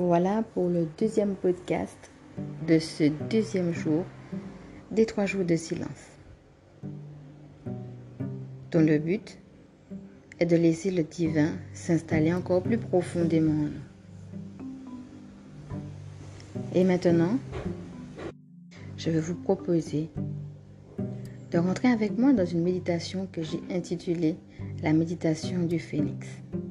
Voilà pour le deuxième podcast de ce deuxième jour des 3 jours de silence, dont le but est de laisser le divin s'installer encore plus profondément en nous. Et maintenant, je vais vous proposer de rentrer avec moi dans une méditation que j'ai intitulée la méditation du phénix.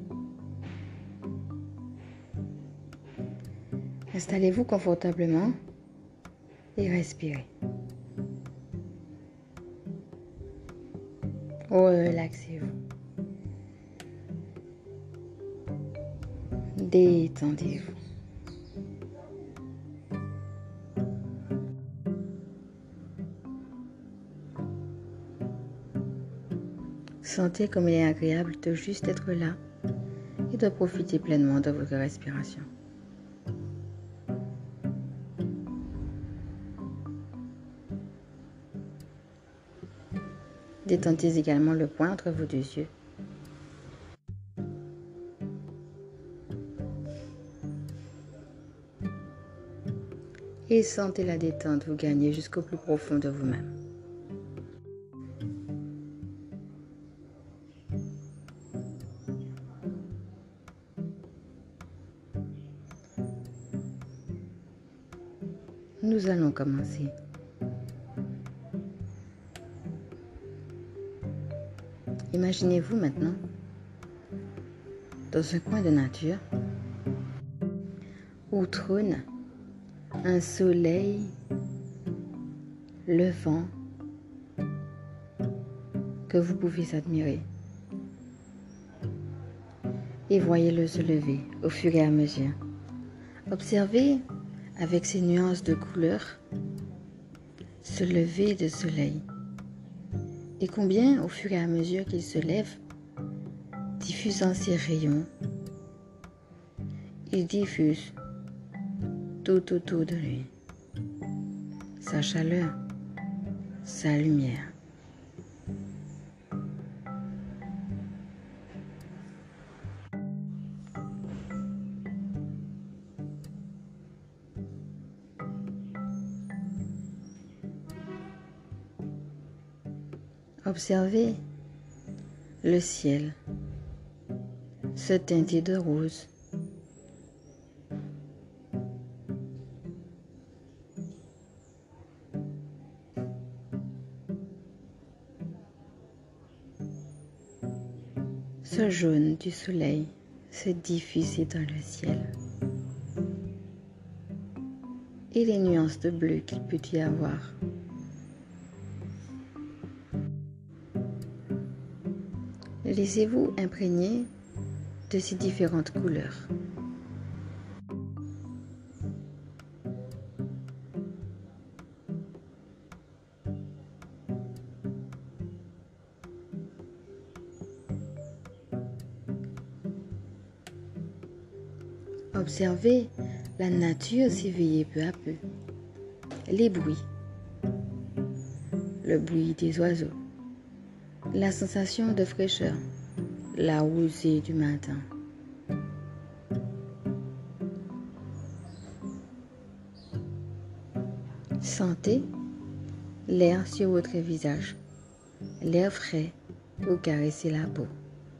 Installez-vous confortablement et respirez. Relaxez-vous. Détendez-vous. Sentez comme il est agréable de juste être là et de profiter pleinement de votre respiration. Détendez également le poing entre vos deux yeux. Et sentez la détente vous gagner jusqu'au plus profond de vous-même. Nous allons commencer. Imaginez-vous maintenant dans un coin de nature où trône un soleil levant que vous pouvez admirer. Et voyez-le se lever au fur et à mesure. Observez avec ses nuances de couleurs ce lever de soleil. Et combien, au fur et à mesure qu'il se lève, diffusant ses rayons, il diffuse tout autour de lui sa chaleur, sa lumière. Observez le ciel se teinter de rose. Ce jaune du soleil se diffuser dans le ciel. Et les nuances de bleu qu'il peut y avoir. Laissez-vous imprégner de ces différentes couleurs. Observez la nature s'éveiller peu à peu. Les bruits, le bruit des oiseaux, la sensation de fraîcheur, la rosée du matin. Sentez l'air sur votre visage, l'air frais vous caresser la peau.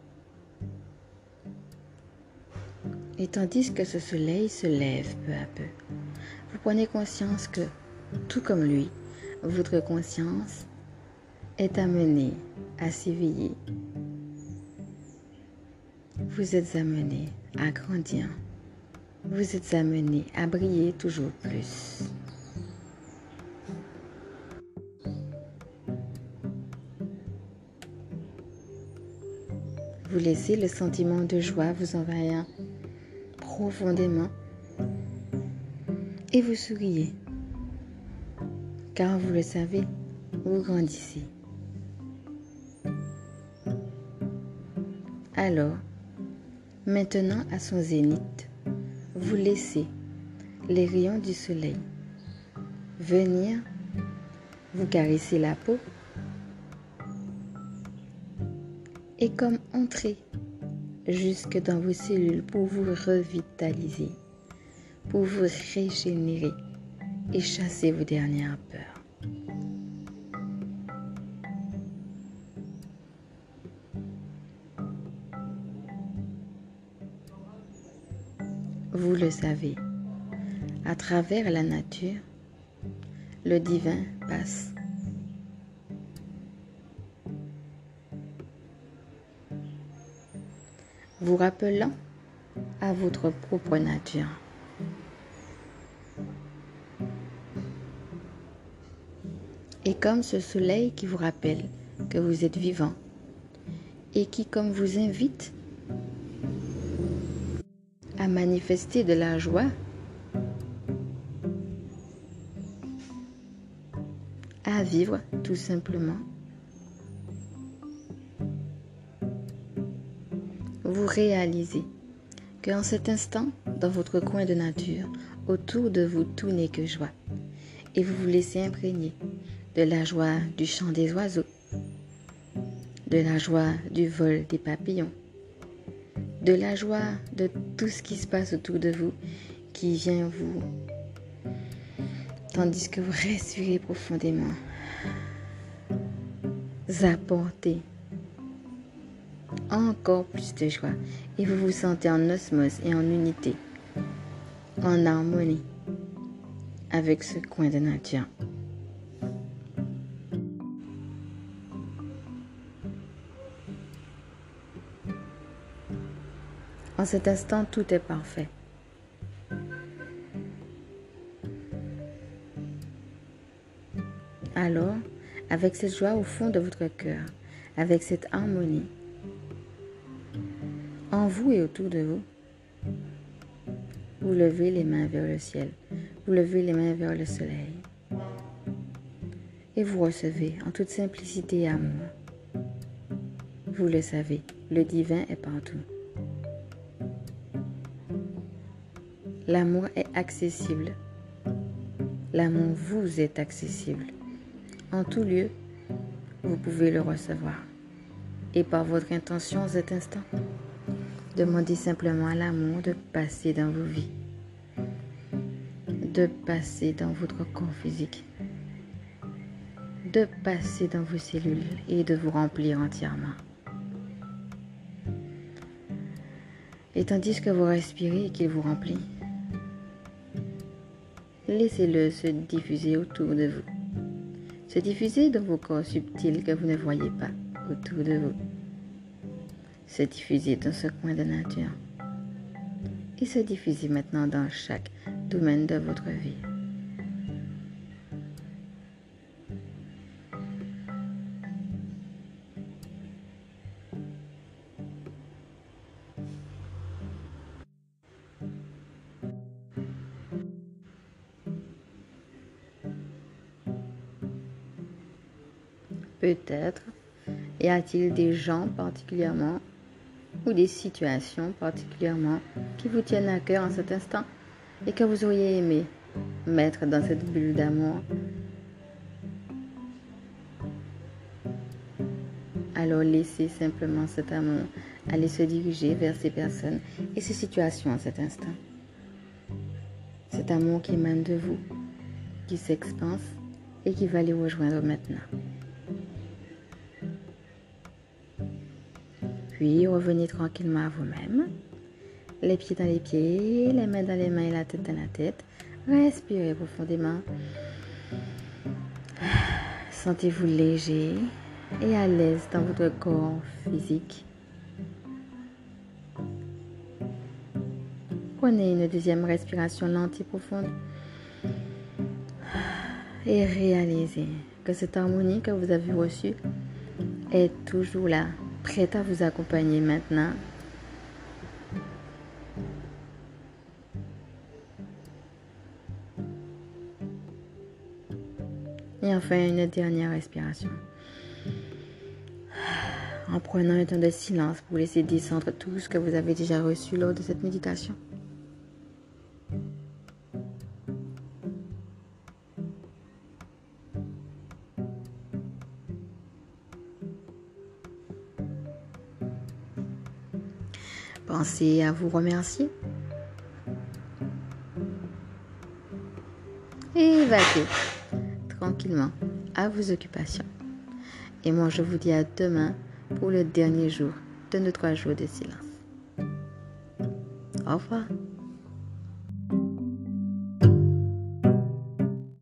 Et tandis que ce soleil se lève peu à peu, vous prenez conscience que, tout comme lui, votre conscience est amenée à s'éveiller. Vous êtes amené à grandir. Vous êtes amené à briller toujours plus. Vous laissez le sentiment de joie vous envahir profondément et vous souriez, car vous le savez, vous grandissez. Alors, maintenant à son zénith, vous laissez les rayons du soleil venir vous caresser la peau et comme entrer jusque dans vos cellules pour vous revitaliser, pour vous régénérer et chasser vos dernières peurs. Vous le savez, à travers la nature, le divin passe. Vous rappelant à votre propre nature. Et comme ce soleil qui vous rappelle que vous êtes vivant et qui, comme vous invite à manifester de la joie, à vivre tout simplement, vous réalisez qu'en cet instant, dans votre coin de nature, autour de vous, tout n'est que joie. Et vous vous laissez imprégner de la joie du chant des oiseaux, de la joie du vol des papillons, de la joie de tout ce qui se passe autour de vous, qui vient vous, tandis que vous respirez profondément, apporter encore plus de joie et vous vous sentez en osmose et en unité, en harmonie avec ce coin de nature. En cet instant, tout est parfait. Alors, avec cette joie au fond de votre cœur, avec cette harmonie, en vous et autour de vous, vous levez les mains vers le ciel, vous levez les mains vers le soleil et vous recevez en toute simplicité et amour. Vous le savez, le divin est partout. L'amour est accessible. L'amour vous est accessible. En tout lieu, vous pouvez le recevoir. Et par votre intention cet instant, demandez simplement à l'amour de passer dans vos vies, de passer dans votre corps physique, de passer dans vos cellules et de vous remplir entièrement. Et tandis que vous respirez et qu'il vous remplit, laissez-le se diffuser autour de vous. Se diffuser dans vos corps subtils que vous ne voyez pas autour de vous. Se diffuser dans ce coin de nature. Et se diffuser maintenant dans chaque domaine de votre vie. Peut-être y a-t-il des gens particulièrement ou des situations particulièrement qui vous tiennent à cœur en cet instant et que vous auriez aimé mettre dans cette bulle d'amour. Alors laissez simplement cet amour aller se diriger vers ces personnes et ces situations en cet instant. Cet amour qui émane de vous, qui s'expanse et qui va les rejoindre maintenant. Puis revenez tranquillement à vous-même, les pieds dans les pieds, les mains dans les mains et la tête dans la tête. Respirez profondément. Sentez-vous léger et à l'aise dans votre corps physique. Prenez une deuxième respiration lente et profonde et réalisez que cette harmonie que vous avez reçue est toujours là, prête à vous accompagner maintenant. Et enfin, une dernière respiration. En prenant un temps de silence pour laisser descendre tout ce que vous avez déjà reçu lors de cette méditation. Pensez à vous remercier. et vaquez tranquillement à vos occupations. Et moi, je vous dis à demain pour le dernier jour de nos 3 jours de silence. Au revoir.